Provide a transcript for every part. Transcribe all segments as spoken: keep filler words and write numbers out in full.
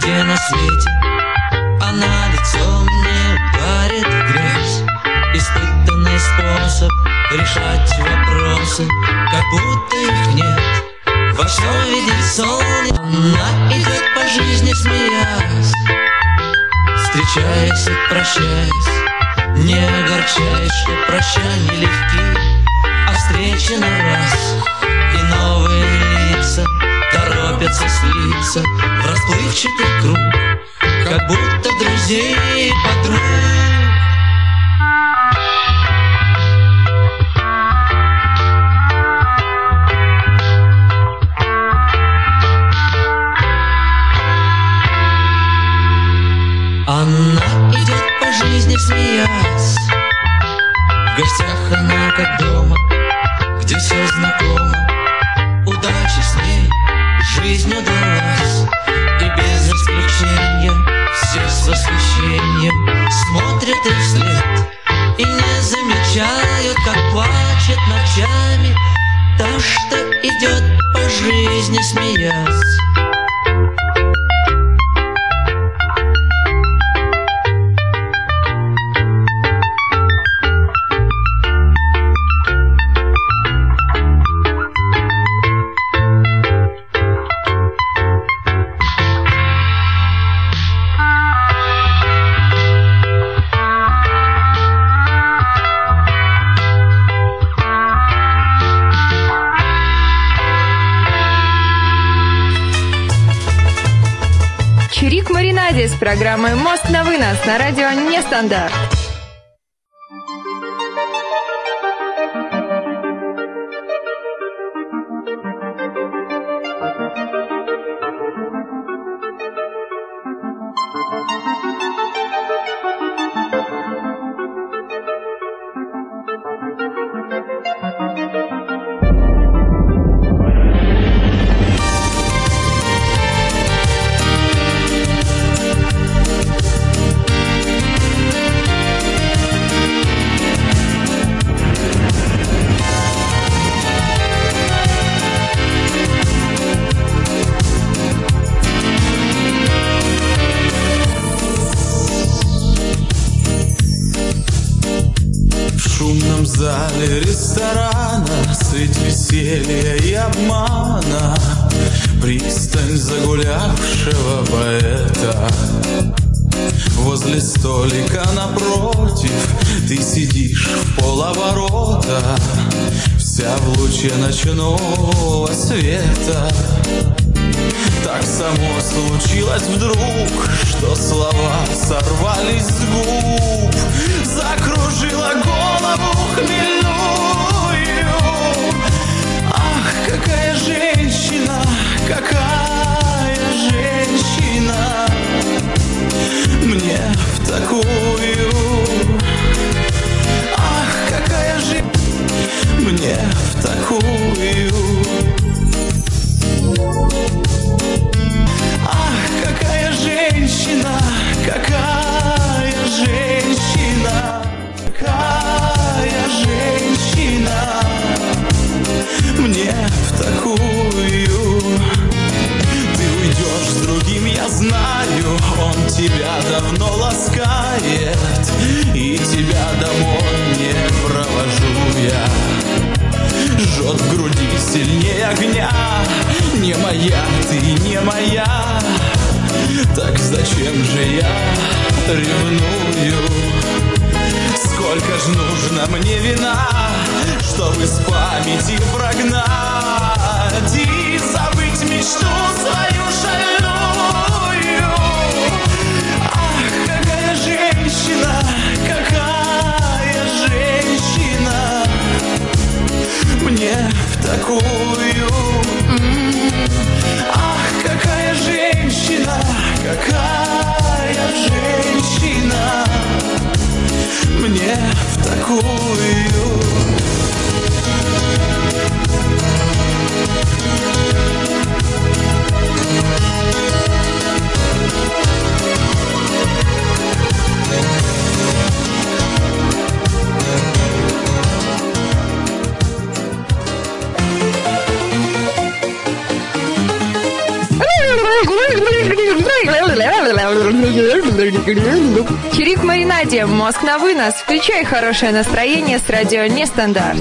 везде на свете, а на лицо мне ударит грязь. Испытанный способ решать вопросы, как будто их нет. Во всем видит солнце, она идет по жизни, смеясь, встречаясь и прощаясь. Не огорчаясь, что прощания легки, а встречи на раз. И новые лица торопятся слиться в расплывчатый круг, как будто друзей и подруг. Она идет по жизни, смеясь, в гостях она как дома, где все знакомо. Удача с ней, жизнь удалась, и без исключения все с восхищением смотрят ей вслед и не замечают, как плачет ночами та, что идет по жизни, смеясь. Чирик Маринаде с программой «Мост на вынос» на радио Нестандарт. В зале ресторана средь веселья и обмана, пристань загулявшего поэта. Возле столика напротив ты сидишь в полоборота, вся в луче ночного света. Так само случилось вдруг, что слова сорвались с губ, закружила голову хмельную. Ах, какая женщина, какая женщина, мне в такую. Ах, какая же мне в такую. Ах, какая женщина, какая женщина, какая женщина, мне в такую. Ты уйдешь с другим, я знаю, он тебя давно ласкает, и тебя домой не провожу я. Жжет в груди сильнее огня, не моя, ты не моя. Так зачем же я ревную? Сколько ж нужно мне вина, чтобы с памяти прогнать и забыть мечту свою шальную. Ах, какая женщина, какая женщина, мне в такую. Ах, какая женщина, какая женщина, мне в такую. Чирик Маринаде, мозг на вынос. Включай хорошее настроение с радио Нестандарт.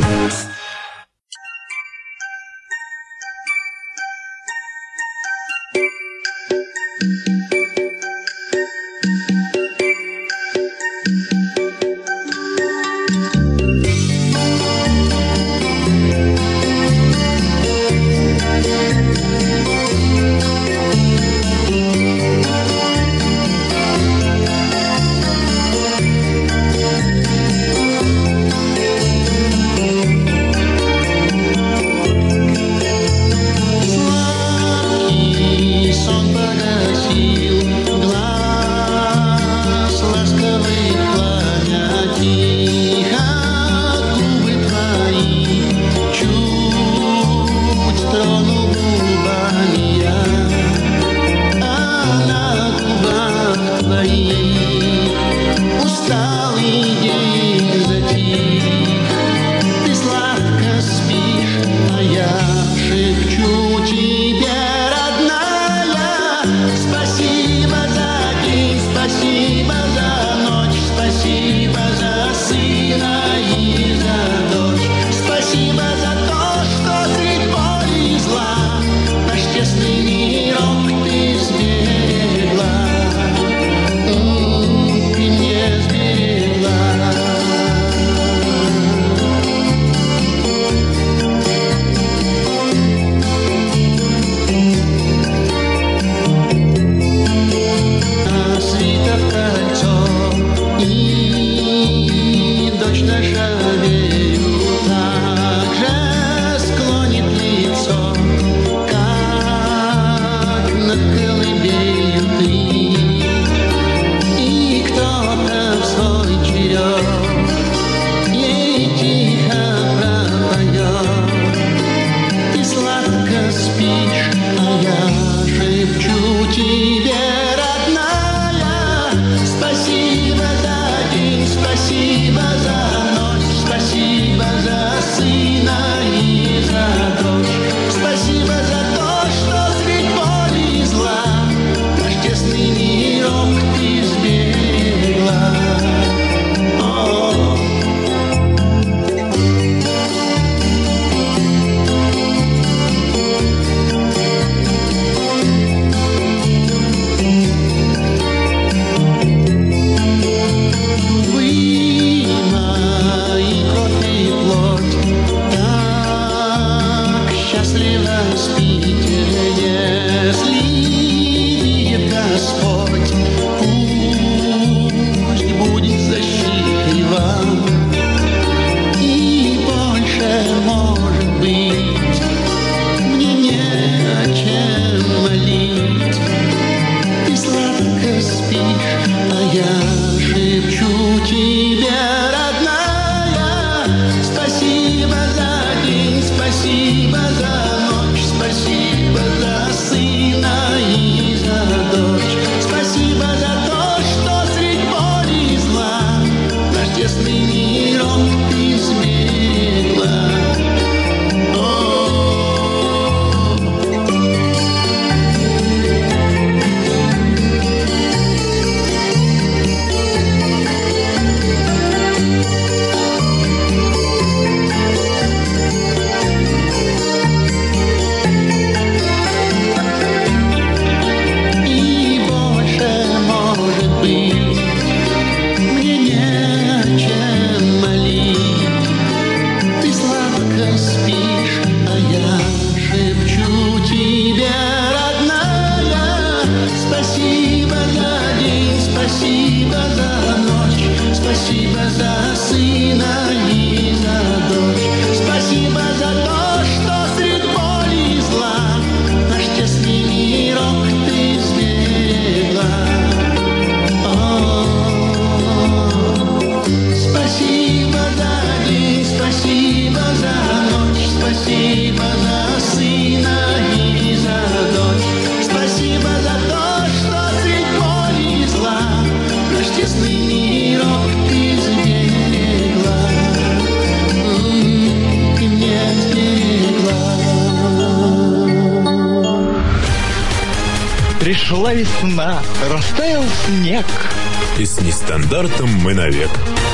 Пришла весна, растаял снег. И с нестандартом мы навек.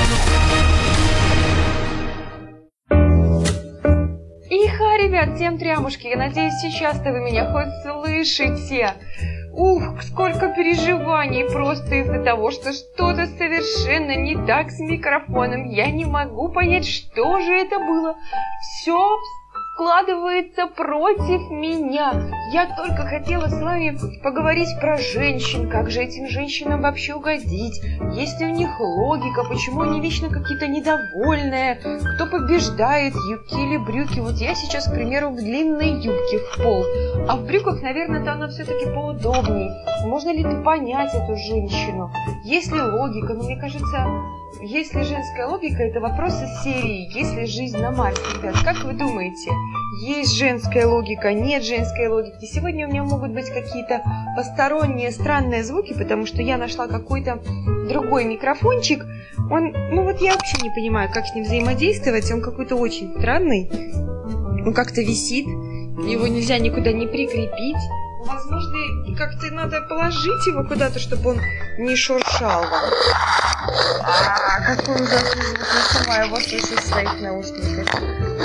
Иха, ребят, всем трямушки. Я надеюсь, сейчас-то вы меня хоть слышите. Ух, сколько переживаний просто из-за того, что что-то совершенно не так с микрофоном. Я не могу понять, что же это было. Все складывается против меня. Я только хотела с вами поговорить про женщин, как же этим женщинам вообще угодить, есть ли у них логика, почему они вечно какие-то недовольные, кто побеждает, юбки или брюки. Вот я сейчас, к примеру, в длинной юбке в пол, а в брюках, наверное, то она все-таки поудобней. Можно ли ты понять эту женщину? Есть ли логика? Но мне кажется, есть ли женская логика, это вопрос из серии «Есть ли жизнь на Марсе?». Ребят, как вы думаете, есть женская логика, нет женской логики? Сегодня у меня могут быть какие-то посторонние странные звуки, потому что я нашла какой-то другой микрофончик. Он, ну вот я вообще не понимаю, как с ним взаимодействовать, он какой-то очень странный. Он как-то висит, его нельзя никуда не прикрепить. Возможно, как-то надо положить его куда-то, чтобы он не шуршал. А, какой ужасный звук, я сама его слышу в своих наушниках.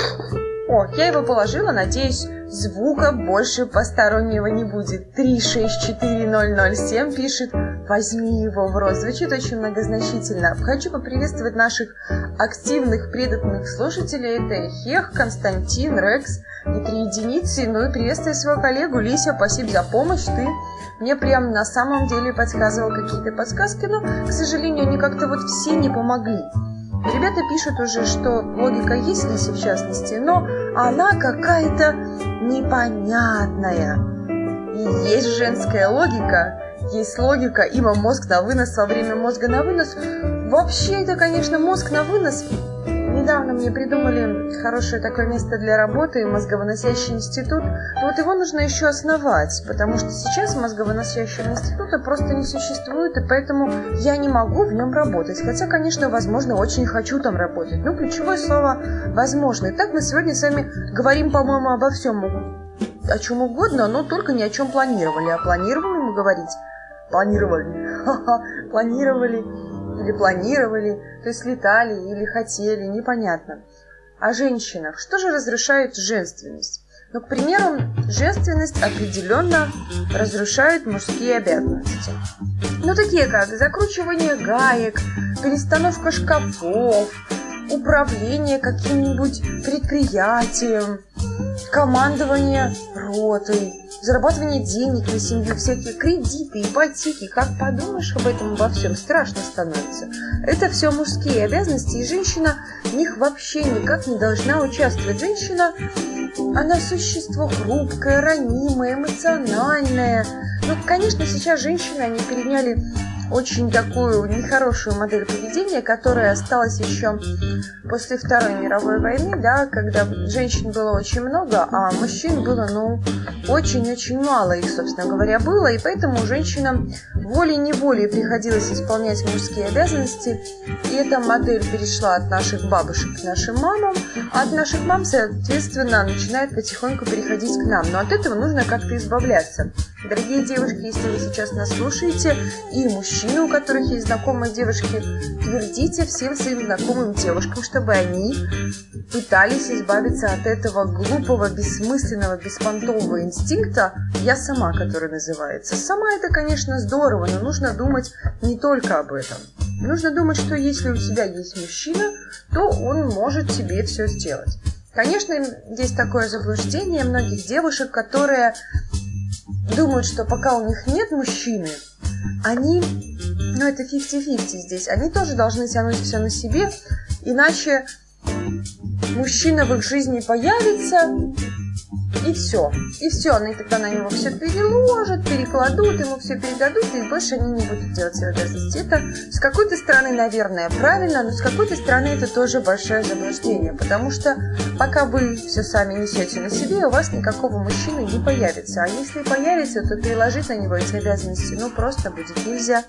О, я его положила, надеюсь, звука больше постороннего не будет. три шесть четыре ноль ноль семь пишет: возьми его в рот. Звучит очень многозначительно. Хочу поприветствовать наших активных, преданных слушателей. Это Хех, Константин, Рекс и три единицы. Ну и приветствую своего коллегу Лися. Спасибо за помощь. Ты мне прям на самом деле подсказывал какие-то подсказки, но, к сожалению, они как-то вот все не помогли. Ребята пишут уже, что логика есть, Лися в частности, но она какая-то непонятная. И есть женская логика, есть логика, ибо мозг на вынос во время мозга на вынос. Вообще, это, конечно, мозг на вынос. Недавно мне придумали хорошее такое место для работы, мозговыносящий институт. Но вот его нужно еще основать, потому что сейчас мозговыносящего института просто не существует, и поэтому я не могу в нем работать. Хотя, конечно, возможно, очень хочу там работать. Но ключевое слово «возможно». Итак, мы сегодня с вами говорим, по-моему, обо всем, о чем угодно, но только ни о чем планировали. А планировали мы говорить? Планировали. Ха-ха, планировали. Или планировали, то есть летали, или хотели, непонятно. О женщинах. Что же разрушает женственность? Ну, к примеру, женственность определенно разрушает мужские обязанности. Ну, такие как закручивание гаек, перестановка шкафов, управление каким-нибудь предприятием, командование ротой, зарабатывание денег на семью, всякие кредиты, ипотеки. Как подумаешь об этом обо всем, страшно становится. Это все мужские обязанности, и женщина в них вообще никак не должна участвовать. Женщина, она существо хрупкое, ранимое, эмоциональное. Ну, конечно, сейчас женщины, они переняли очень такую нехорошую модель поведения, которая осталась еще после Второй мировой войны, да, когда женщин было очень много, а мужчин было, ну, очень-очень мало их, собственно говоря, было, и поэтому женщинам волей-неволей приходилось исполнять мужские обязанности, и эта модель перешла от наших бабушек к нашим мамам, а от наших мам, соответственно, начинает потихоньку переходить к нам, но от этого нужно как-то избавляться. Дорогие девушки, если вы сейчас нас слушаете, и мужчины, у которых есть знакомые девушки, твердите всем своим знакомым девушкам, чтобы они пытались избавиться от этого глупого, бессмысленного, беспонтового инстинкта «я сама», который называется. Сама это, конечно, здорово, но нужно думать не только об этом. Нужно думать, что если у тебя есть мужчина, то он может тебе все сделать. Конечно, есть такое заблуждение многих девушек, которые думают, что пока у них нет мужчины, они, ну это фифти фифти здесь, они тоже должны тянуть все на себе, иначе мужчина в их жизни появится, и все. И все, они тогда на него все переложат, перекладут, ему все передадут, и больше они не будут делать свои обязанности. Это с какой-то стороны, наверное, правильно, но с какой-то стороны это тоже большое заблуждение, потому что пока вы все сами несете на себе, у вас никакого мужчины не появится. А если появится, то переложить на него эти обязанности, ну, просто будет нельзя.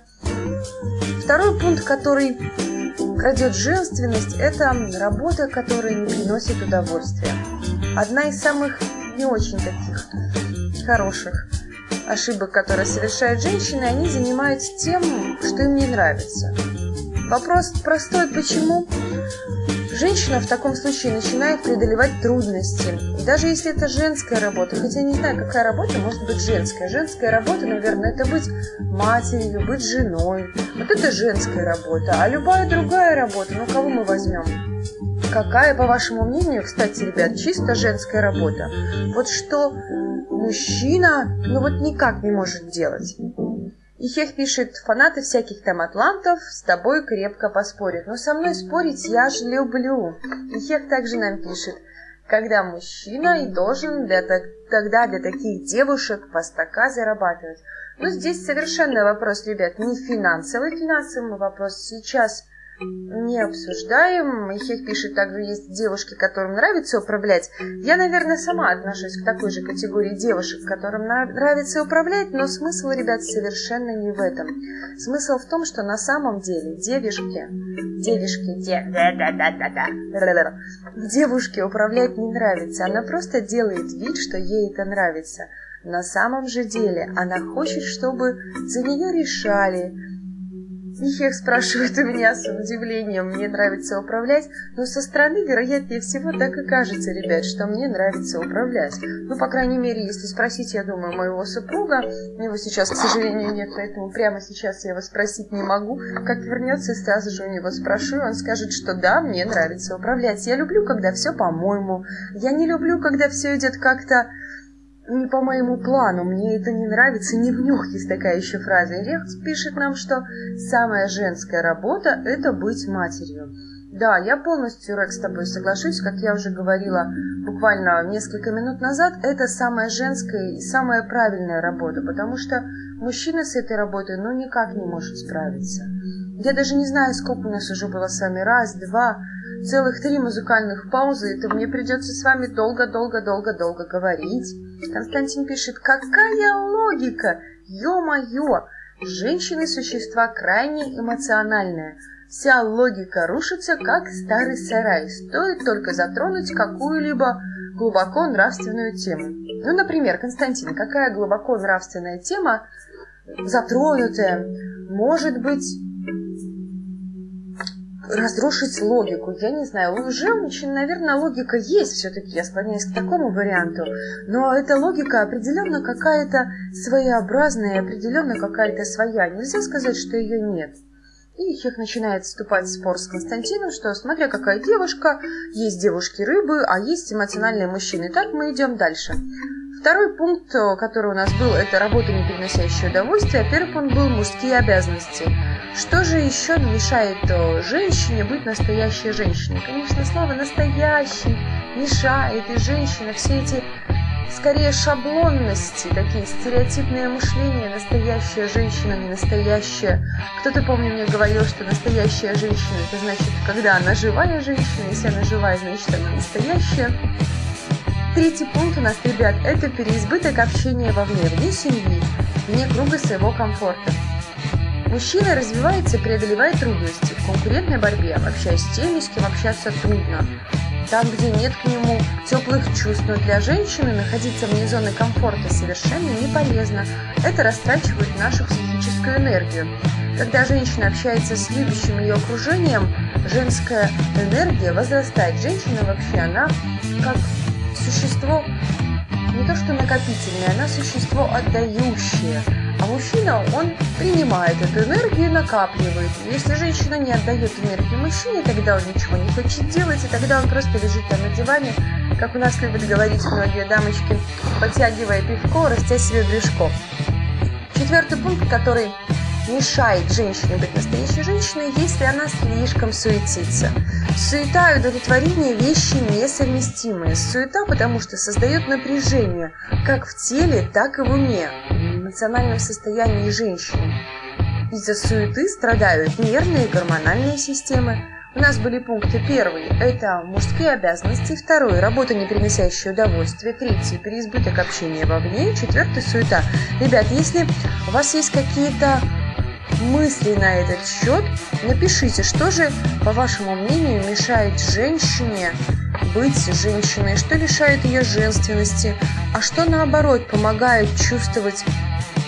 Второй пункт, который крадет женственность, это работа, которая не приносит удовольствия. Одна из самых не очень таких хороших ошибок, которые совершают женщины, они занимаются тем, что им не нравится. Вопрос простой, почему? Женщина в таком случае начинает преодолевать трудности. И даже если это женская работа, хотя я не знаю, какая работа может быть женская. Женская работа, наверное, это быть матерью, быть женой. Вот это женская работа. А любая другая работа, ну кого мы возьмем? Какая, по вашему мнению, кстати, ребят, чисто женская работа? Вот что мужчина, ну вот никак не может делать. И Хех пишет: фанаты всяких там атлантов с тобой крепко поспорят. Но со мной спорить я же люблю. И Хех также нам пишет: когда мужчина и должен для, тогда для таких девушек по стака зарабатывать. Ну, здесь совершенно вопрос, ребят, не финансовый. Финансовый вопрос сейчас не обсуждаем. И Хех пишет, также есть девушки, которым нравится управлять. Я, наверное, сама отношусь к такой же категории девушек, которым нравится управлять, но смысл, ребят, совершенно не в этом. Смысл в том, что на самом деле девушки, девушки, де, да, да, да, да, да, девушке управлять не нравится. Она просто делает вид, что ей это нравится. На самом же деле она хочет, чтобы за нее решали. И Хех спрашивает у меня с удивлением: мне нравится управлять, но со стороны, вероятнее всего, так и кажется, ребят, что мне нравится управлять. Ну, по крайней мере, если спросить, я думаю, моего супруга, его сейчас, к сожалению, нет, поэтому прямо сейчас я его спросить не могу. Как вернется, сразу же у него спрошу, и он скажет, что да, мне нравится управлять. Я люблю, когда все по-моему. Я не люблю, когда все идет как-то не по моему плану, мне это не нравится, не в нюх есть такая еще фраза. И Рекс пишет нам, что самая женская работа – это быть матерью. Да, я полностью, Рекс, с тобой соглашусь, как я уже говорила буквально несколько минут назад, это самая женская и самая правильная работа, потому что мужчина с этой работой ну никак не может справиться. Я даже не знаю, сколько у нас уже было с вами, раз, два, целых три музыкальных паузы, это мне придется с вами долго-долго-долго-долго говорить. Константин пишет: какая логика! Ё-моё! Женщины – существа крайне эмоциональные. Вся логика рушится, как старый сарай. Стоит только затронуть какую-либо глубоко нравственную тему. Ну, например, Константин, какая глубоко нравственная тема, затронутая, может быть, разрушить логику? Я не знаю, у женщин, наверное, логика есть все-таки, я склоняюсь к такому варианту, но эта логика определенно какая-то своеобразная, определенно какая-то своя. Нельзя сказать, что ее нет. И Хех начинает вступать в спор с Константином, что смотря какая девушка, есть девушки-рыбы, а есть эмоциональные мужчины. Так мы идем дальше. Второй пункт, который у нас был, это работа, не приносящая удовольствия. Первый пункт был мужские обязанности. Что же еще мешает женщине быть настоящей женщиной? Конечно, слово «настоящий» мешает, и женщина, все эти, скорее, шаблонности, такие стереотипные мышления, настоящая женщина, не настоящая. Кто-то, помню, мне говорил, что настоящая женщина, это значит, когда она живая женщина, если она живая, значит, она настоящая. Третий пункт у нас, ребят, это переизбыток общения вовне, вне семьи, вне круга своего комфорта. Мужчина развивается, преодолевает трудности в конкурентной борьбе, общаясь с теми, с кем общаться трудно. Там, где нет к нему теплых чувств, но для женщины находиться вне зоны комфорта совершенно не полезно. Это растрачивает нашу психическую энергию. Когда женщина общается с любящим ее окружением, женская энергия возрастает. Женщина вообще, она как существо не то что накопительное, она существо отдающее. А мужчина, он принимает эту энергию и накапливает. Если женщина не отдает энергию мужчине, тогда он ничего не хочет делать, и тогда он просто лежит там на диване, как у нас любят говорить многие дамочки, подтягивая пивко, растя себе брюшко. Четвертый пункт, который мешает женщине быть настоящей женщиной, если она слишком суетится. Суета и удовлетворение – вещи несовместимые. Суета, потому что создает напряжение как в теле, так и в уме, в эмоциональном состоянии женщины. Из-за суеты страдают нервные и гормональные системы. У нас были пункты. Первый – это мужские обязанности. Второй – работа, не приносящая удовольствия. Третий – переизбыток общения вовне. Четвертый – суета. Ребят, если у вас есть какие-то мысли на этот счет, напишите, что же, по вашему мнению, мешает женщине быть женщиной, что лишает ее женственности, а что, наоборот, помогает чувствовать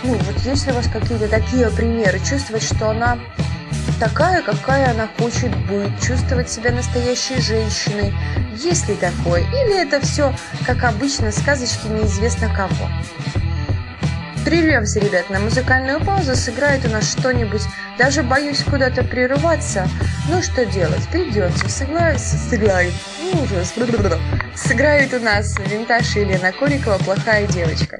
Ну, вот есть ли у вас какие-то такие примеры? Чувствовать, что она такая, какая она хочет быть, чувствовать себя настоящей женщиной. Есть ли такое? Или это все, как обычно, сказочки неизвестно кого? Прервемся, ребят, на музыкальную паузу, сыграет у нас что-нибудь. Даже боюсь куда-то прерываться. Ну, что делать? Придется. Сыграет, сыграет. Ну, ужас. Сыграет у нас Винтаж и Елена Корикова «Плохая девочка».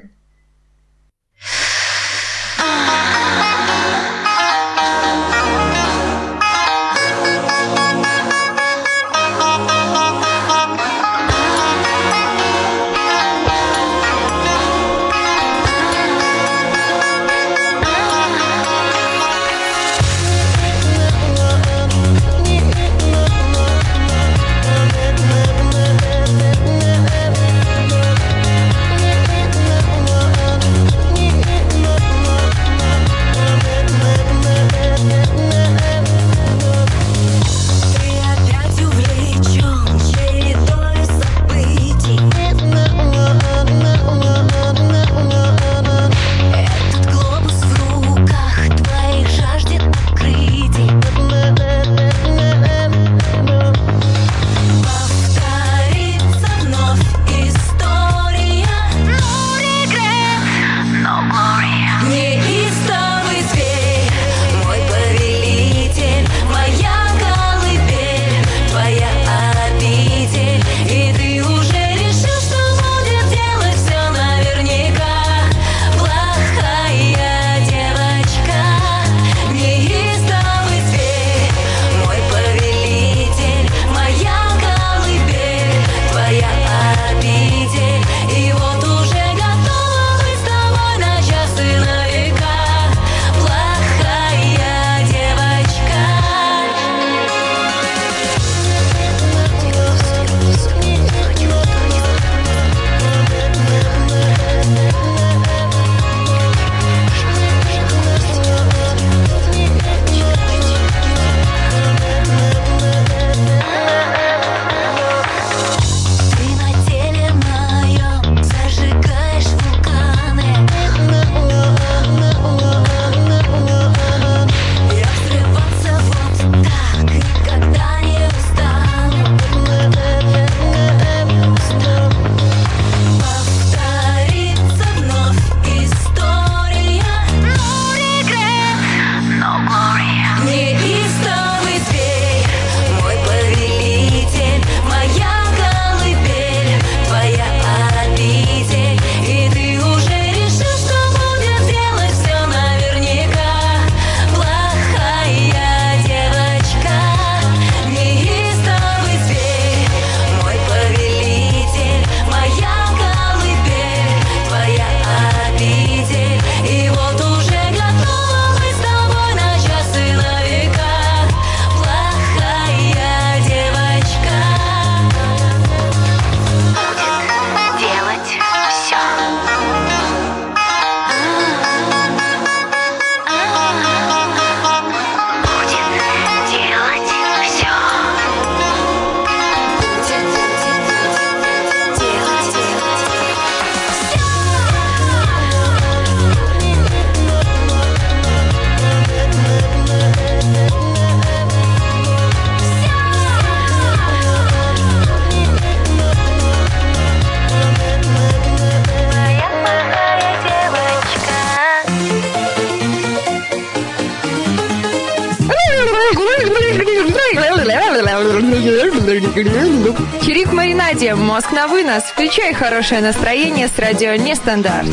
Чирик Маринаде, мозг на вынос. Включай хорошее настроение с радио Нестандарт.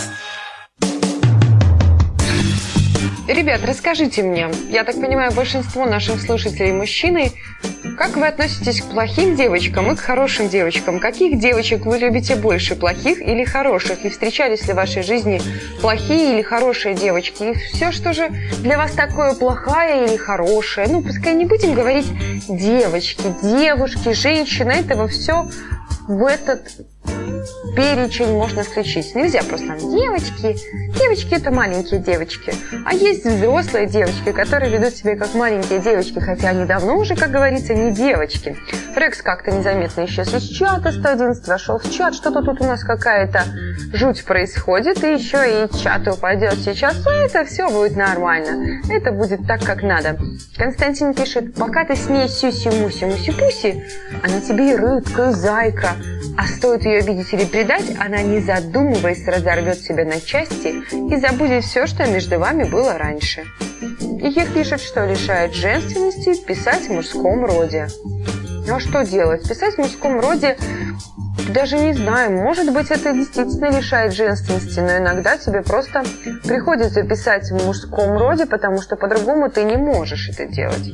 Ребят, расскажите мне, я так понимаю, большинство наших слушателей мужчины, как вы относитесь к плохим девочкам и к хорошим девочкам? Каких девочек вы любите больше, плохих или хороших? И встречались ли в вашей жизни плохие или хорошие девочки? И все, что же для вас такое плохая или хорошая? Ну, пускай не будем говорить девочки, девушки, женщины, этого все в этот перечень можно включить. Нельзя просто там девочки. Девочки – это маленькие девочки. А есть взрослые девочки, которые ведут себя как маленькие девочки, хотя они давно уже, как говорится, не девочки. Рекс как-то незаметно исчез из чата сто одиннадцать, вошел в чат. Что-то тут у нас какая-то жуть происходит, и еще и чат упадет сейчас. Но это все будет нормально. Это будет так, как надо. Константин пишет: пока ты с ней сюси-муси-муси-пуси, она тебе и рыбка, и зайка. А стоит ее обидеть или предать, она, не задумываясь, разорвет себя на части и забудет все, что между вами было раньше. Ихих пишет, что лишает женственности писать в мужском роде. Ну а что делать? Писать в мужском роде, даже не знаю, может быть, это действительно лишает женственности, но иногда тебе просто приходится писать в мужском роде, потому что по-другому ты не можешь это делать.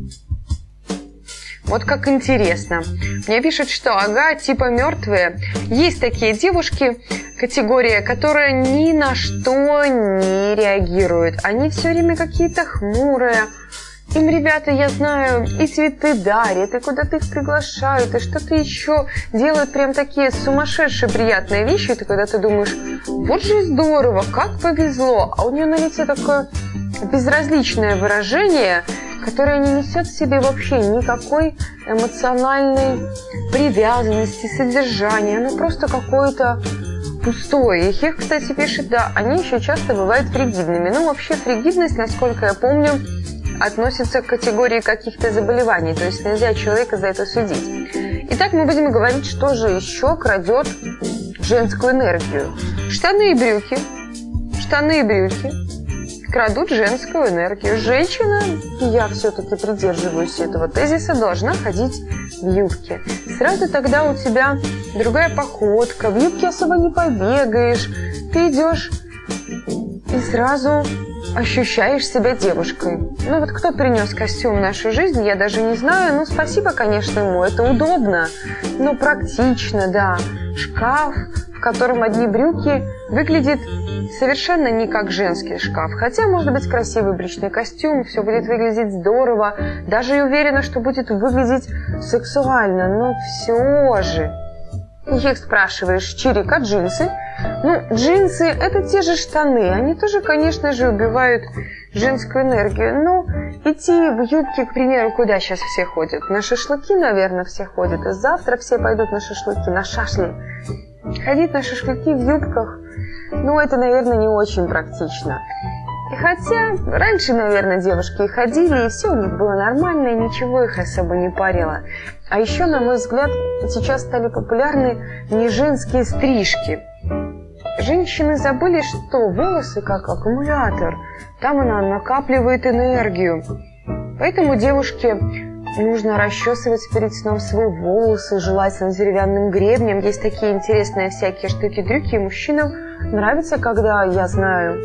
Вот как интересно. Мне пишут, что ага, типа мертвые. Есть такие девушки, категория, которая ни на что не реагирует. Они все время какие-то хмурые. Им ребята, я знаю, и цветы дарят, и куда-то их приглашают, и что-то еще делают прям такие сумасшедшие приятные вещи. И ты когда ты думаешь, вот же здорово, как повезло. А у нее на лице такое безразличное выражение, которое не несет в себе вообще никакой эмоциональной привязанности, содержания. Оно просто какое-то пустое. И Хех, кстати, пишет, да, они еще часто бывают фригидными. Ну, вообще фригидность, насколько я помню, относится к категории каких-то заболеваний, то есть нельзя человека за это судить. Итак, мы будем говорить, что же еще крадет женскую энергию. Штаны и брюки. Штаны и брюки крадут женскую энергию. Женщина, я все-таки придерживаюсь этого тезиса, должна ходить в юбке. Сразу тогда у тебя другая походка, в юбке особо не побегаешь, ты идешь и сразу ощущаешь себя девушкой. Ну вот кто принес костюм в нашу жизнь, я даже не знаю. Ну спасибо, конечно, ему, это удобно, но практично, да. Шкаф, в котором одни брюки, выглядит совершенно не как женский шкаф. Хотя, может быть, красивый брючный костюм, все будет выглядеть здорово. Даже и уверена, что будет выглядеть сексуально, но все же. Их спрашиваешь, чирика, джинсы? Ну, джинсы – это те же штаны. Они тоже, конечно же, убивают женскую энергию. Но идти в юбке, к примеру, куда сейчас все ходят? На шашлыки, наверное, все ходят. И завтра все пойдут на шашлыки, на шашли. Ходить на шашлыки в юбках, ну, это, наверное, не очень практично. И хотя раньше, наверное, девушки и ходили, и все у них было нормально, и ничего их особо не парило. А еще, на мой взгляд, сейчас стали популярны не женские стрижки. Женщины забыли, что волосы как аккумулятор. Там она накапливает энергию. Поэтому девушке нужно расчесывать перед сном свои волосы, желательно деревянным гребнем. Есть такие интересные всякие штуки-дрюки. И мужчинам нравится, когда я знаю...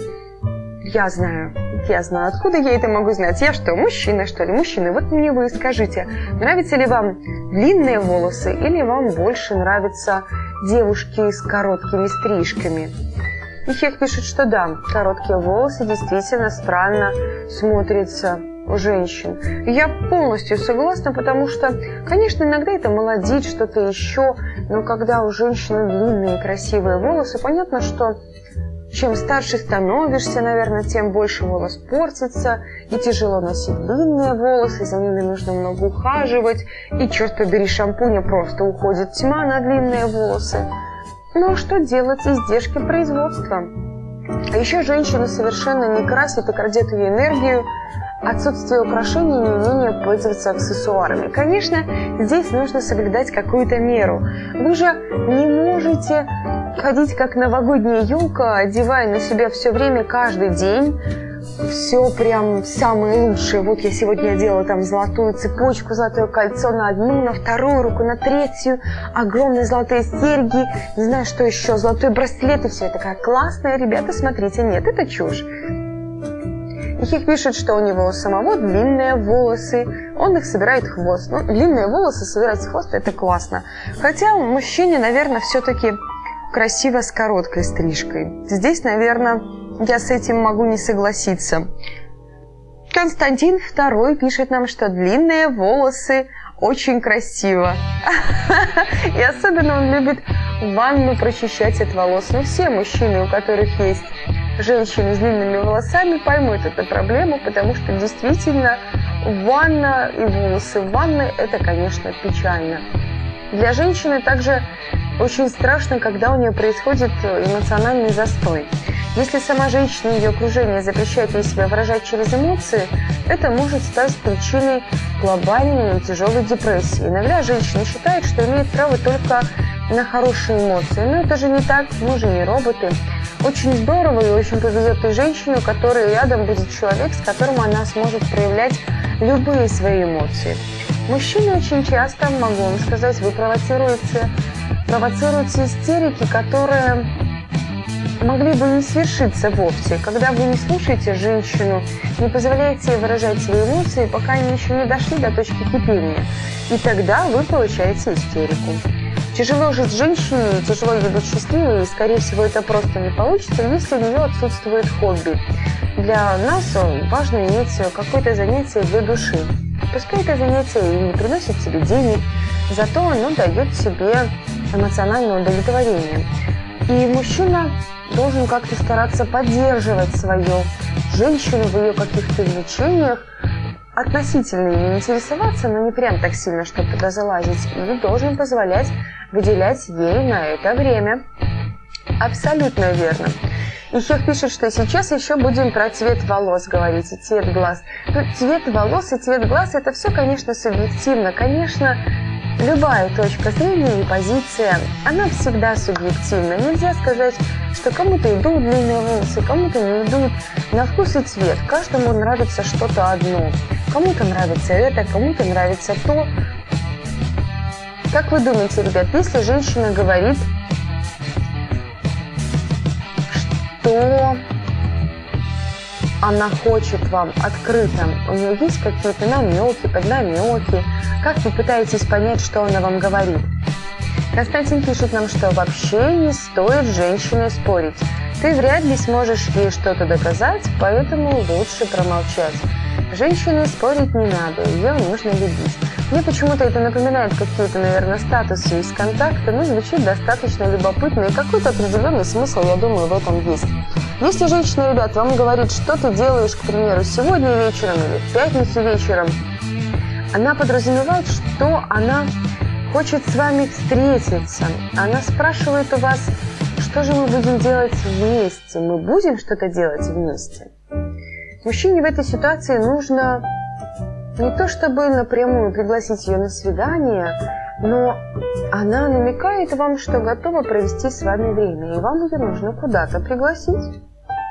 Я знаю, я знаю, откуда я это могу знать? Я что, мужчина, что ли? Мужчины, вот мне вы скажите, нравятся ли вам длинные волосы или вам больше нравятся девушки с короткими стрижками? И Хех пишет, что да, короткие волосы действительно странно смотрятся у женщин. И я полностью согласна, потому что, конечно, иногда это молодит, что-то еще, но когда у женщины длинные красивые волосы, понятно, что чем старше становишься, наверное, тем больше волос портится, и тяжело носить длинные волосы, за ними нужно много ухаживать, и, черт побери, шампуня просто уходит тьма на длинные волосы. Ну, что делать? Издержки производства. А еще женщину совершенно не красит и крадет ее энергию отсутствие украшений и неумение пользоваться аксессуарами. Конечно, здесь нужно соблюдать какую-то меру. Вы же не можете ходить как новогодняя елка, одевая на себя все время, каждый день. Все прям самое лучшее. Вот я сегодня одела там золотую цепочку, золотое кольцо на одну, на вторую руку, на третью. Огромные золотые серьги. Не знаю, что еще. Золотой браслет. И все такая классная. Ребята, смотрите. Нет, это чушь. Ихих пишет, что у него самого длинные волосы. Он их собирает в хвост. Ну, длинные волосы собирать в хвост – это классно. Хотя мужчине, наверное, все-таки красиво с короткой стрижкой. Здесь, наверное, я с этим могу не согласиться. Константин второй пишет нам, что длинные волосы очень красиво. И особенно он любит ванну прочищать от волос. Но все мужчины, у которых есть женщины с длинными волосами, поймут эту проблему, потому что действительно ванна и волосы в ванной – это, конечно, печально. Для женщины также очень страшно, когда у нее происходит эмоциональный застой. Если сама женщина и ее окружение запрещает ей себя выражать через эмоции, это может стать причиной глобальной и тяжелой депрессии. Иногда женщина считает, что имеет право только на хорошие эмоции. Но это же не так, мы же не роботы. Очень здорово и очень повезет той женщине, у которой рядом будет человек, с которым она сможет проявлять любые свои эмоции. Мужчины очень часто, могу вам сказать, вы провоцируете, провоцируете истерики, которые могли бы не свершиться вовсе, когда вы не слушаете женщину, не позволяете ей выражать свои эмоции, пока они еще не дошли до точки кипения. И тогда вы получаете истерику. Тяжело жить женщине, тяжело ей быть счастливой, и, скорее всего, это просто не получится, если у нее отсутствует хобби. Для нас важно иметь какое-то занятие для души. Пускай это занятие и не приносит тебе денег, зато оно дает тебе эмоциональное удовлетворение. И мужчина должен как-то стараться поддерживать свою женщину в ее каких-то увлечениях, относительно ей интересоваться, но не прям так сильно, чтобы туда залазить, и должен позволять выделять ей на это время. Абсолютно верно. И Хех пишет, что сейчас еще будем про цвет волос говорить и цвет глаз. Ну, цвет волос и цвет глаз – это все, конечно, субъективно. Конечно, любая точка зрения и позиция, она всегда субъективна. Нельзя сказать, что кому-то идут длинные волосы, кому-то не идут. На вкус и цвет каждому нравится что-то одно. Кому-то нравится это, кому-то нравится то. Как вы думаете, ребят, если женщина говорит, что она хочет вам открыто, у нее есть какие-то намеки, поднамеки, как вы пытаетесь понять, что она вам говорит? Константин пишет нам, что вообще не стоит с женщиной спорить. Ты вряд ли сможешь ей что-то доказать, поэтому лучше промолчать. С женщиной спорить не надо, ее нужно любить. Мне почему-то это напоминает какие-то, наверное, статусы из контакта, но звучит достаточно любопытно, и какой-то определенный смысл, я думаю, в этом есть. Если женщина, ребят, вам говорит, что ты делаешь, к примеру, сегодня вечером или в пятницу вечером, она подразумевает, что она хочет с вами встретиться. Она спрашивает у вас, что же мы будем делать вместе, мы будем что-то делать вместе. Мужчине в этой ситуации нужно не то чтобы напрямую пригласить ее на свидание, но она намекает вам, что готова провести с вами время, и вам ее нужно куда-то пригласить.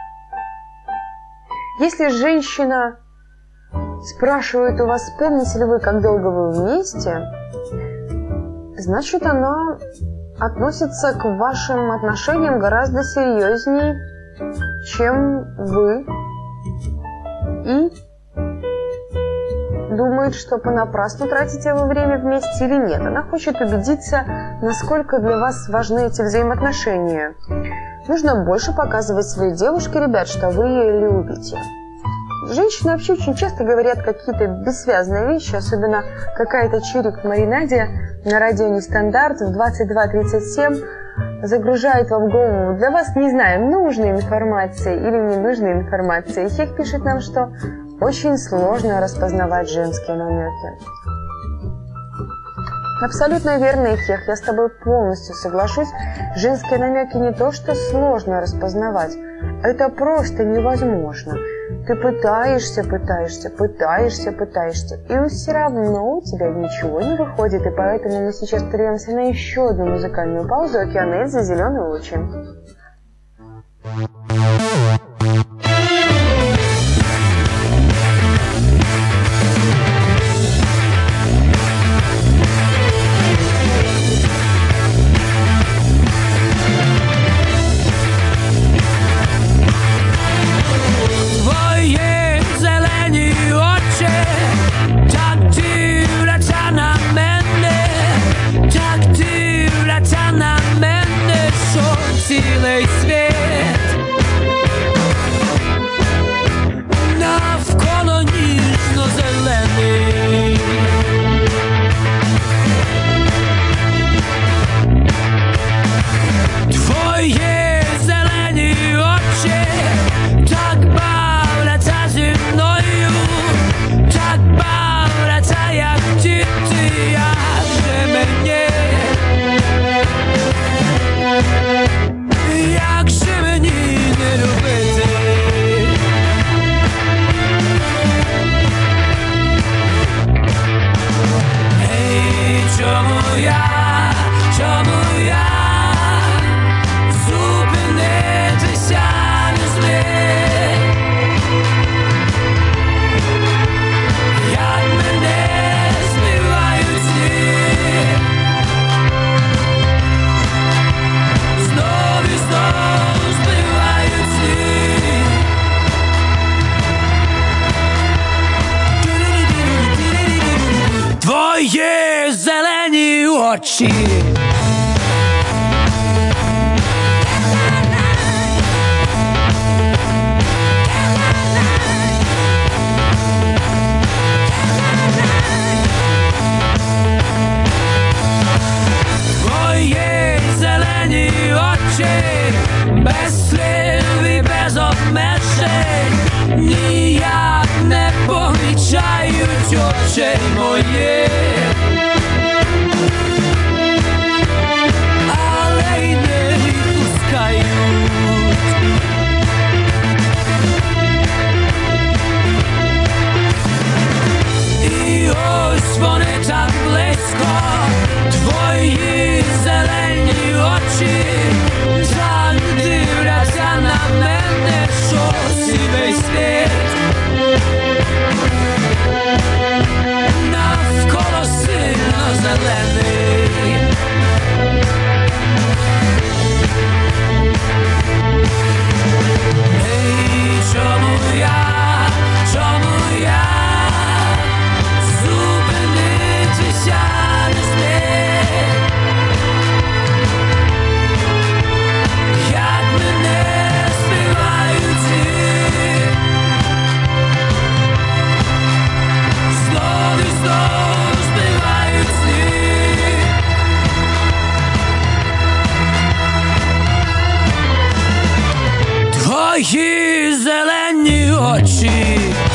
Если женщина спрашивает у вас, помните ли вы, как долго вы вместе, значит, она относится к вашим отношениям гораздо серьезнее, чем вы, и думает, что понапрасну тратите вы время вместе или нет. Она хочет убедиться, насколько для вас важны эти взаимоотношения. Нужно больше показывать своей девушке, ребят, что вы ее любите. Женщины вообще очень часто говорят какие-то бессвязные вещи, особенно какая-то чирик в маринаде на радио Нестандарт в двадцать два тридцать семь загружает вам в голову для вас, не знаю, нужной информации или ненужной информации. Хех пишет нам, что очень сложно распознавать женские намеки. Абсолютно верно, Хех, я с тобой полностью соглашусь. Женские намеки не то, что сложно распознавать, это просто невозможно. Ты пытаешься, пытаешься, пытаешься, пытаешься, и все равно у тебя ничего не выходит, и поэтому мы сейчас прервемся на еще одну музыкальную паузу. Океан Эльзы, «Зеленые лучи». Ціле очи. Твої зелені очі, без слів і без обмежень, ніяк не помічають очей моїх, але й не відпускають. І ось вони так близько, твої зелені очі, так дивляться на мене, що сивий світ навколо сильно зелений. Ей, чому я, чому я зупинитися не зміг? Як мене співають ці, знов і знов співають ці. Твої зелені очі.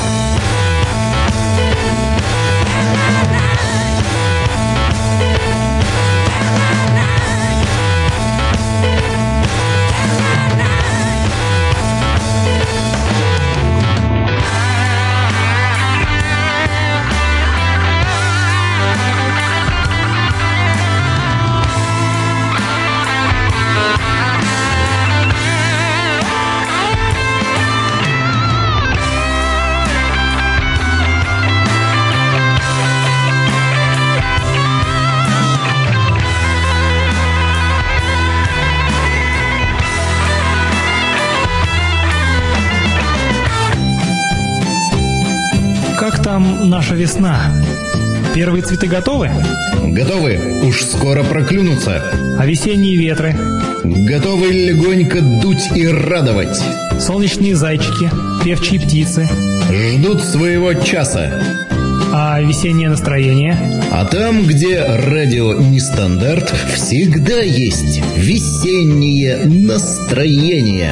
Как там наша весна? Первые цветы готовы? Готовы, уж скоро проклюнутся. А весенние ветры? Готовы легонько дуть и радовать. Солнечные зайчики, певчие птицы? Ждут своего часа. А весеннее настроение? А там, где радио Нестандарт, всегда есть весеннее настроение.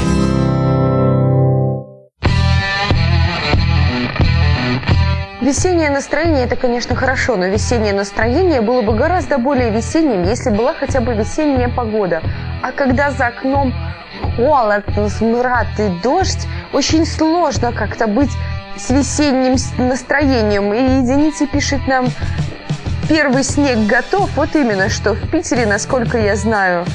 Весеннее настроение – это, конечно, хорошо, но весеннее настроение было бы гораздо более весенним, если была хотя бы весенняя погода. А когда за окном холод, смрад и дождь, очень сложно как-то быть с весенним настроением. И единица пишет нам: первый снег готов. Вот именно, что в Питере, насколько я знаю,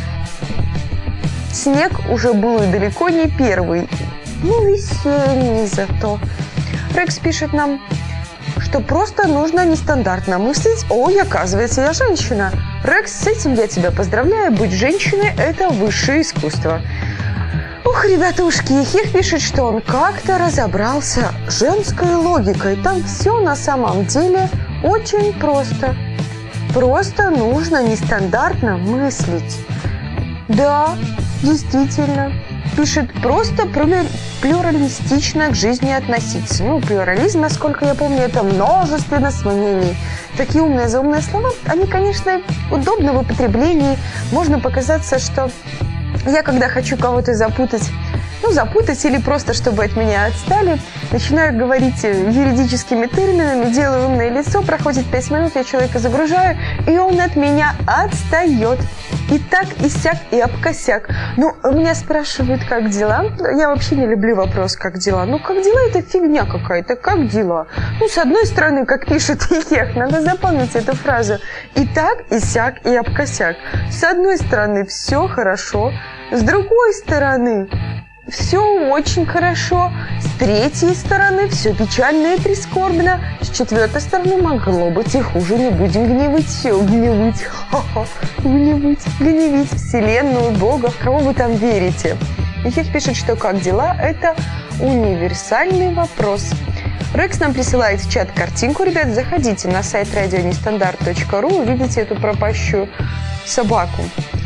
снег уже был и далеко не первый. Ну, весенний зато. Рекс пишет нам, что просто нужно нестандартно мыслить. Ой, оказывается, я женщина. Рекс, с этим я тебя поздравляю. Быть женщиной – это высшее искусство. Ух, ребятушки, Ехих пишет, что он как-то разобрался с женской логикой. Там все на самом деле очень просто. Просто нужно нестандартно мыслить. Да, действительно. Пишет, просто плюралистично к жизни относиться. Ну, плюрализм, насколько я помню, это множественность мнений. Такие умные, заумные слова, они, конечно, удобны в употреблении. Можно показаться, что я, когда хочу кого-то запутать, ну, запутать или просто, чтобы от меня отстали, начинаю говорить юридическими терминами, делаю умное лицо, проходит пять минут, я человека загружаю, и он от меня отстает. И так, и сяк, и обкосяк. Ну, меня спрашивают, как дела? Я вообще не люблю вопрос, как дела. Ну, как дела, это фигня какая-то. Как дела? Ну, с одной стороны, как пишет Ехех, надо запомнить эту фразу. И так, и сяк, и обкосяк. С одной стороны, все хорошо. С другой стороны, все очень хорошо. С третьей стороны, все печально и прискорбно. С четвертой стороны, могло быть и хуже. Не будем гневить все. Гневить. Ха-ха. Гневить. Гневить Вселенную, Бога, в кого вы там верите. Ехех пишет, что как дела – это универсальный вопрос. Рекс нам присылает в чат картинку. Ребят, заходите на сайт радио нестандарт точка ру, увидите эту пропащую собаку.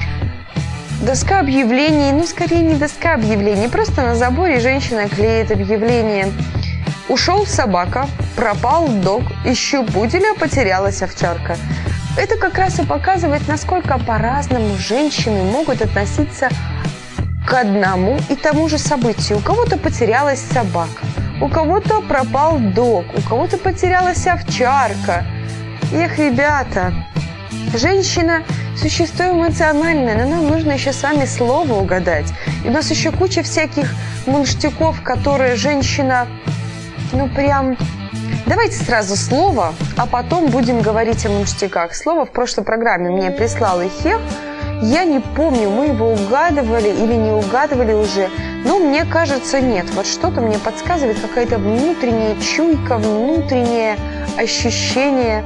Доска объявлений, ну скорее не доска объявлений, просто на заборе женщина клеит объявление. Ушел собака, пропал дог, ищу пуделя, потерялась овчарка. Это как раз и показывает, насколько по-разному женщины могут относиться к одному и тому же событию. У кого-то потерялась собака, у кого-то пропал дог, у кого-то потерялась овчарка. Эх, ребята, женщина – существо эмоциональное, но нам нужно еще с вами слово угадать. И у нас еще куча всяких мунштяков, которые женщина, ну прям… Давайте сразу слово, а потом будем говорить о мунштяках. Слово в прошлой программе мне прислал Ихех. Я не помню, мы его угадывали или не угадывали уже, но мне кажется, нет. Вот что-то мне подсказывает, какая-то внутренняя чуйка, внутреннее ощущение.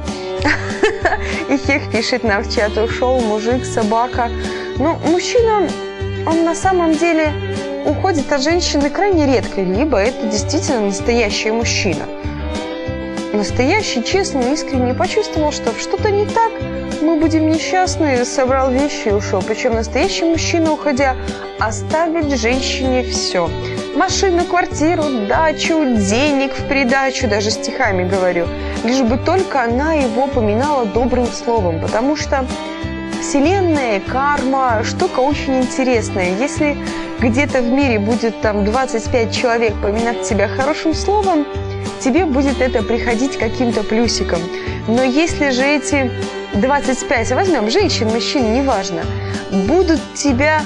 Ихех пишет нам в чат: ушел мужик, собака. Ну, мужчина, он на самом деле уходит от женщины крайне редко, либо это действительно настоящий мужчина. Настоящий, честный, искренне почувствовал, что что-то не так, мы будем несчастны, собрал вещи и ушел. Причем настоящий мужчина, уходя, оставит женщине все. Машину, квартиру, дачу, денег в придачу, даже стихами говорю. Лишь бы только она его поминала добрым словом, потому что вселенная, карма – штука очень интересная. Если где-то в мире будет там двадцать пять человек поминать тебя хорошим словом, тебе будет это приходить каким-то плюсиком. Но если же эти двадцать пять, возьмем женщин, мужчин, неважно, будут тебя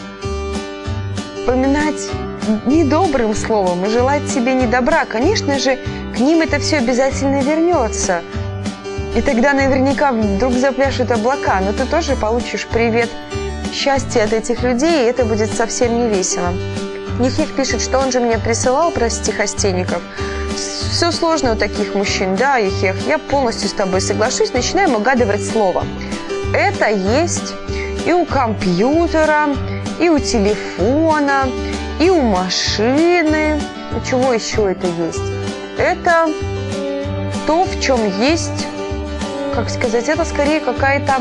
поминать недобрым словом и желать тебе недобра, конечно же, к ним это все обязательно вернется. И тогда наверняка вдруг запляшут облака, но ты тоже получишь привет счастья от этих людей, и это будет совсем не весело. Ихех пишет, что он же мне присылал про стихостейников. Все сложно у таких мужчин, да, Ихех, я полностью с тобой соглашусь. Начинаем угадывать слово. Это есть и у компьютера, и у телефона, и у машины. У чего еще это есть? Это то, в чем есть, как сказать, это скорее какая-то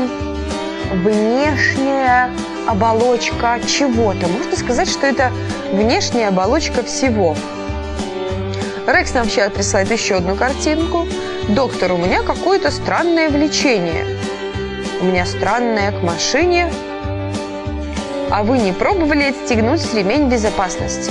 внешняя оболочка чего-то. Можно сказать, что это внешняя оболочка всего. Рекс нам сейчас присылает еще одну картинку. Доктор, у меня какое-то странное влечение. У меня странное к машине. А вы не пробовали отстегнуть ремень безопасности?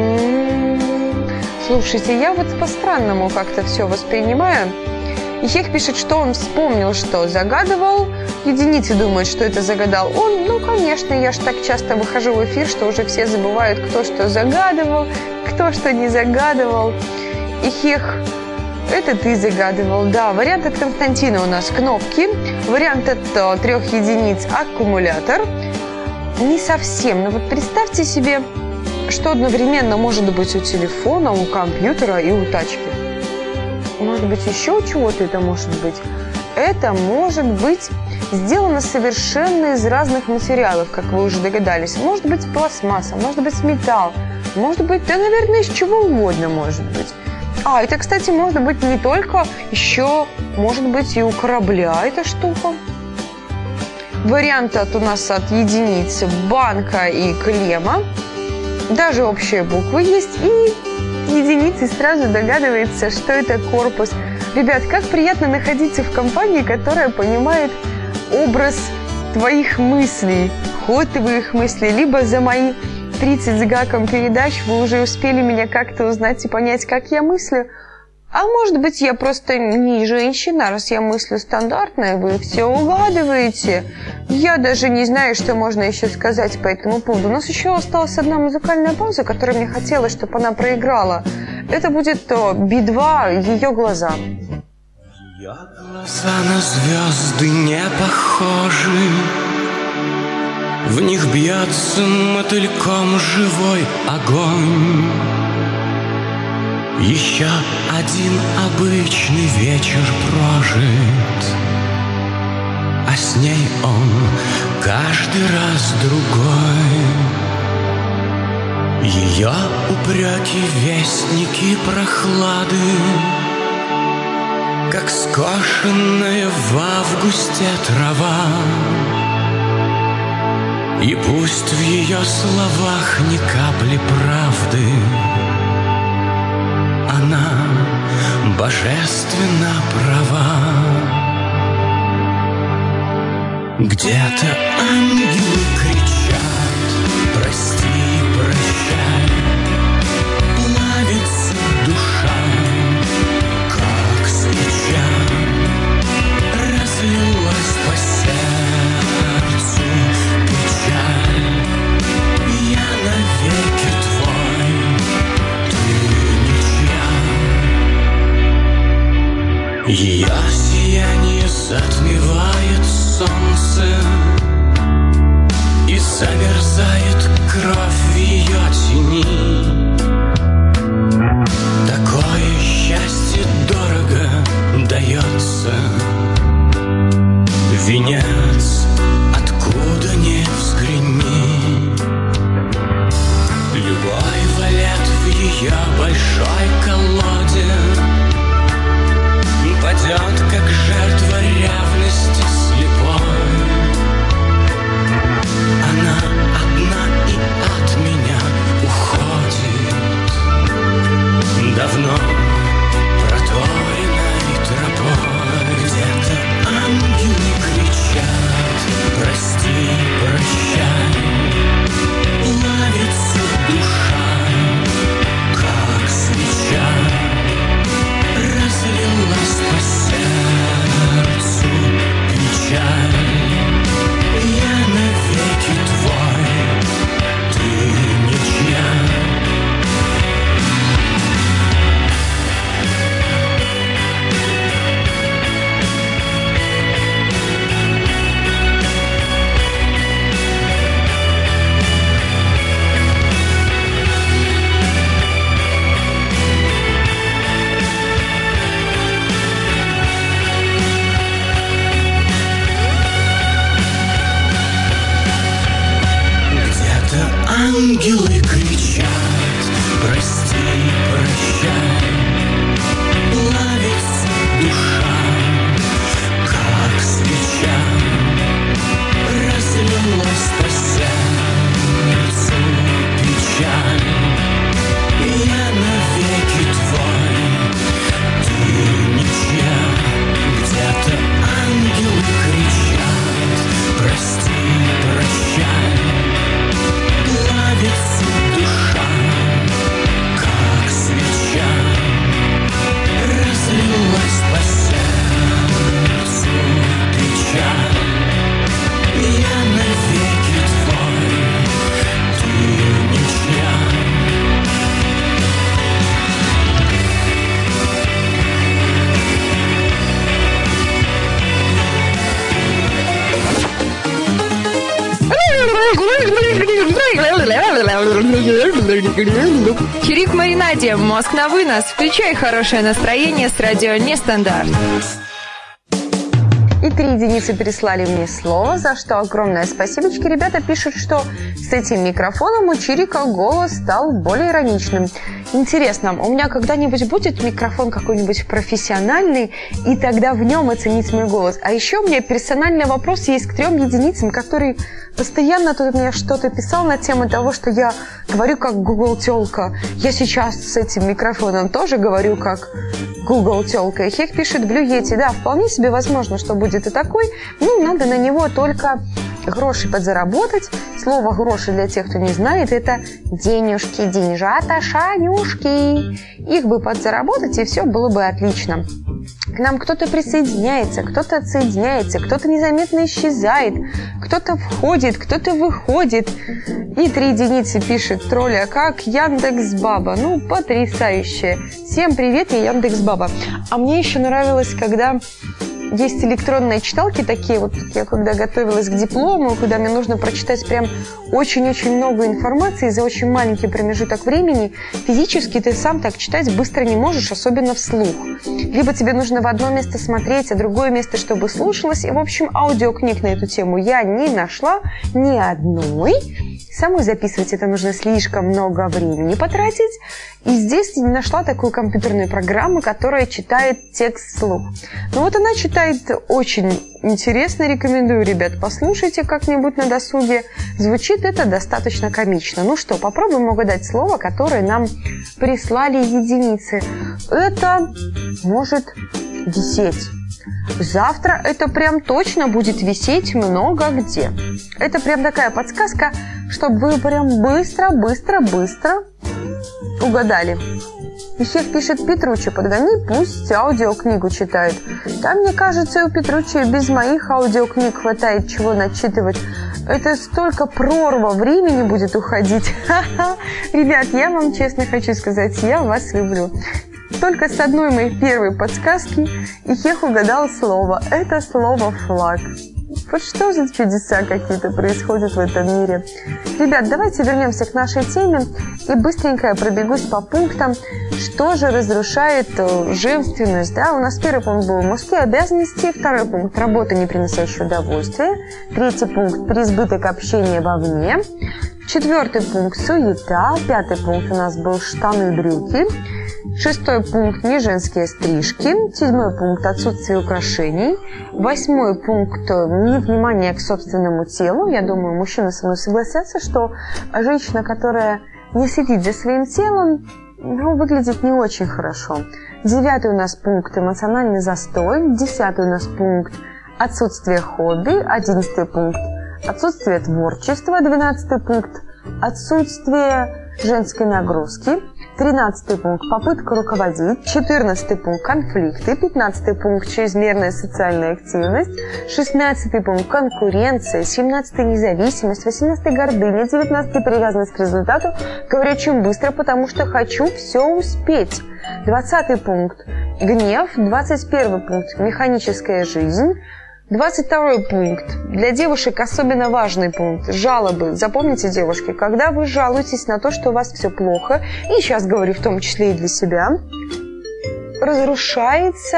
М-м-м. Слушайте, я вот по-странному как-то все воспринимаю. Ихех пишет, что он вспомнил, что загадывал. Единицы думают, что это загадал он. Ну, конечно, я ж так часто выхожу в эфир, что уже все забывают, кто что загадывал, кто что не загадывал. Ихех, это ты загадывал. Да, вариант от Константина у нас кнопки. Вариант от трех единиц аккумулятор. Не совсем, но вот представьте себе, что одновременно может быть у телефона, у компьютера и у тачки. Может быть, еще у чего-то это может быть. Это может быть сделано совершенно из разных материалов, как вы уже догадались. Может быть, пластмасса, может быть, металл, может быть, да, наверное, из чего угодно может быть. А, это, кстати, может быть не только, еще может быть и у корабля эта штука. Варианты от у нас от единицы банка и клемма. Даже общие буквы есть. И единицы сразу догадывается, что это корпус. Ребят, как приятно находиться в компании, которая понимает образ твоих мыслей, ход твоих мыслей. Либо за мои тридцать с гаком передач вы уже успели меня как-то узнать и понять, как я мыслю. А может быть, я просто не женщина, раз я мыслю стандартно, вы все угадываете. Я даже не знаю, что можно еще сказать по этому поводу. У нас еще осталась одна музыкальная пауза, которую мне хотелось, чтобы она проиграла. Это будет би два, ее глаза. Ее глаза на звезды не похожи. В них бьется мотыльком живой огонь. Еще один обычный вечер прожит, а с ней он каждый раз другой. Ее упреки, вестники прохлады как скошенная в августе трава. И пусть в ее словах ни капли правды, она божественно права. Где-то ангелы кричат: прости, прощай. Плавится душа, как свеча, разлилась по сердцу печаль. Я навеки твой, ты ничья. Ее сияние затмевает солнце, и замерзает кровь в ее тени. Такое счастье дорого дается, венец откуда ни взгляни. Любой валет в ее большой колоде падет, как жертва ревности слепой. Она одна и от меня уходит давно проторенной тропой. Где-то ангелы кричат: прости, прощай. Плавится душа, как свеча, разлилась по сердцу печаль. Я навеки твой, ты ничья. Ангелы кричат: прости, прощай. Плавится душа, как свеча, разлилась по сердцу печаль. Я навеки твой, ты ничья. Где-то ангелы кричат: прости, прощай. Плавится душа, как свеча, разлилась по сердцу печаль. Я навеки твой, ты ничья. Чирик Маринаде, мозг на вынос. Включай хорошее настроение с радио Нестандарт. И три единицы переслали мне слово, за что огромное спасибочки. Ребята пишут, что с этим микрофоном у Чирика голос стал более ироничным. Интересно, у меня когда-нибудь будет микрофон какой-нибудь профессиональный, и тогда в нем оценить мой голос? А еще у меня персональный вопрос есть к трем единицам, которые постоянно тут мне что-то писал на тему того, что я говорю как Google тёлка. Я сейчас с этим микрофоном тоже говорю как Google тёлка. И Хек пишет: Blue Yeti. Да, вполне себе возможно, что будет и такой. Ну, надо на него только гроши подзаработать. Слово «гроши» для тех, кто не знает, это денежки, деньжата, шанюшки. Их бы подзаработать, и все было бы отлично. К нам кто-то присоединяется, кто-то отсоединяется, кто-то незаметно исчезает, кто-то входит, кто-то выходит. И три единицы пишет тролля, как Яндекс.Баба. Ну, потрясающе. Всем привет, я Яндекс.Баба. А мне еще нравилось, когда есть электронные читалки такие, вот я когда готовилась к диплому, когда мне нужно прочитать прям очень-очень много информации за очень маленький промежуток времени, физически ты сам так читать быстро не можешь, особенно вслух. Либо тебе нужно в одно место смотреть, а другое место, чтобы слушалось. И, в общем, аудиокниг на эту тему я не нашла ни одной. самой записывать это нужно слишком много времени потратить. И здесь нашла такую компьютерную программу, которая читает текст вслух. Ну вот она читает очень интересно, рекомендую, ребят, послушайте как-нибудь на досуге. Звучит это достаточно комично. Ну что, попробуем угадать слово, которое нам прислали единицы. Это может висеть. Завтра это прям точно будет висеть много где. Это прям такая подсказка, чтобы вы прям быстро-быстро-быстро угадали. Ищех пишет: Петруччи, подгони, пусть аудиокнигу читает. Да, мне кажется, у Петруччи без моих аудиокниг хватает чего начитывать. Это столько прорва времени будет уходить. Ребят, я вам честно хочу сказать, я вас люблю. Только с одной моей первой подсказки Ищех угадал слово. Это слово «флаг». Вот что за чудеса какие-то происходят в этом мире. Ребят, давайте вернемся к нашей теме и быстренько я пробегусь по пунктам, что же разрушает женственность. Да? У нас первый пункт был мужские обязанности, второй пункт – работа, не приносящая удовольствия, третий пункт – переизбыток общения вовне, четвертый пункт – суета, пятый пункт у нас был штаны и брюки, шестой пункт – не женские стрижки, седьмой пункт – отсутствие украшений, восьмой пункт – невнимание к собственному телу. Я думаю, мужчины со мной согласятся, что женщина, которая не следит за своим телом, ну, выглядит не очень хорошо. Девятый у нас пункт – эмоциональный застой, десятый у нас пункт – отсутствие хобби, одиннадцатый пункт – отсутствие творчества, двенадцатый пункт – отсутствие женской нагрузки, тринадцатый пункт – попытка руководить, четырнадцатый пункт – конфликты, пятнадцатый пункт – чрезмерная социальная активность, шестнадцатый пункт – конкуренция, семнадцатый – независимость, восемнадцатый – гордыня, девятнадцатый – привязанность к результату, говорю очень быстро, потому что хочу все успеть, двадцатый пункт – гнев, двадцать первый пункт – механическая жизнь, двадцать второй пункт. Для девушек особенно важный пункт. Жалобы. Запомните, девушки, когда вы жалуетесь на то, что у вас все плохо, и сейчас говорю в том числе и для себя, разрушается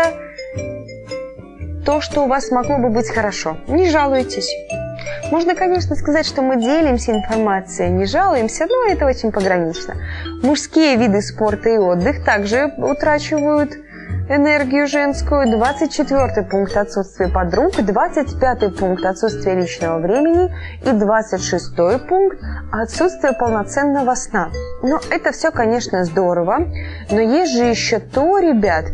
то, что у вас могло бы быть хорошо. Не жалуйтесь. Можно, конечно, сказать, что мы делимся информацией, не жалуемся, но это очень погранично. Мужские виды спорта и отдых также утрачивают энергию женскую. двадцать четвертый пункт – отсутствие подруг, двадцать пятый пункт – отсутствие личного времени и двадцать шестой пункт – отсутствие полноценного сна. Но это все, конечно, здорово, но есть же еще то, ребят,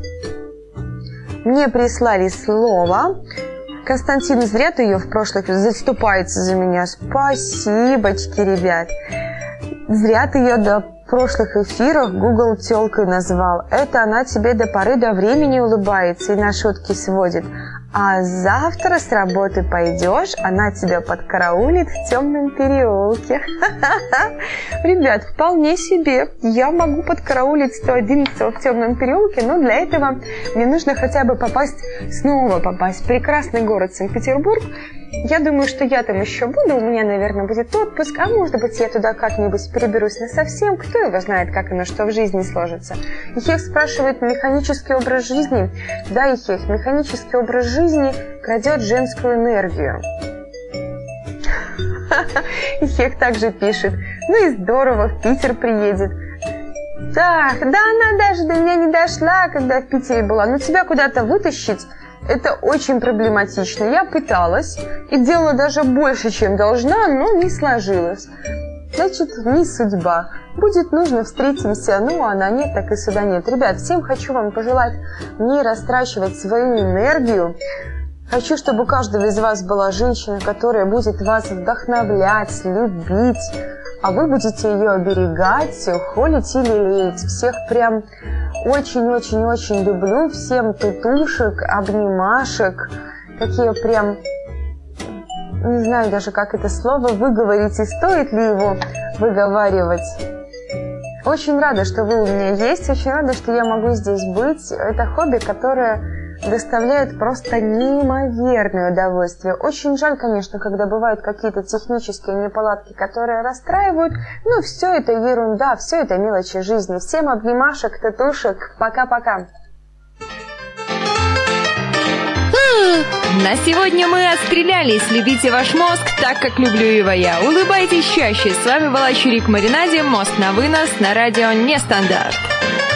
мне прислали слово. Константин, зря ты ее в прошлых заступается за меня. Спасибочки, ребят. Зря ты ее до в прошлых эфирах Google тёлкой назвал. Это она тебе до поры до времени улыбается и на шутки сводит. А завтра с работы пойдешь, она тебя подкараулит в темном переулке. Ребят, вполне себе. Я могу подкараулить сто одиннадцатого в темном переулке, но для этого мне нужно хотя бы попасть, снова попасть в прекрасный город Санкт-Петербург. Я думаю, что я там еще буду, у меня, наверное, будет отпуск, а может быть, я туда как-нибудь переберусь насовсем, кто его знает, как оно что в жизни сложится. Ехех спрашивает: механический образ жизни? Да, Ехех, механический образ жизни крадет женскую энергию. Ехех также пишет: ну и здорово, в Питер приедет. Так, да она даже до меня не дошла, когда в Питере была, но тебя куда-то вытащить — это очень проблематично. Я пыталась и делала даже больше, чем должна, но не сложилось. Значит, не судьба. Будет нужно, встретимся. Ну, а на нет, так и сюда нет. Ребят, всем хочу вам пожелать не растрачивать свою энергию. Хочу, чтобы у каждого из вас была женщина, которая будет вас вдохновлять, любить, а вы будете ее оберегать, холить и лелеять. Всех прям очень-очень-очень люблю. Всем тутушек, обнимашек. Такие прям, не знаю даже, как это слово выговорить и стоит ли его выговаривать. Очень рада, что вы у меня есть. Очень рада, что я могу здесь быть. Это хобби, которое доставляет просто неимоверное удовольствие. Очень жаль, конечно, когда бывают какие-то технические неполадки, которые расстраивают, но все это ерунда, все это мелочи жизни. Всем обнимашек, татушек, пока-пока. на сегодня мы отстрелялись. Любите ваш мозг так, как люблю его я. Улыбайтесь чаще. С вами была Чирик Маринаде. Мозг на вынос на радио Нестандарт.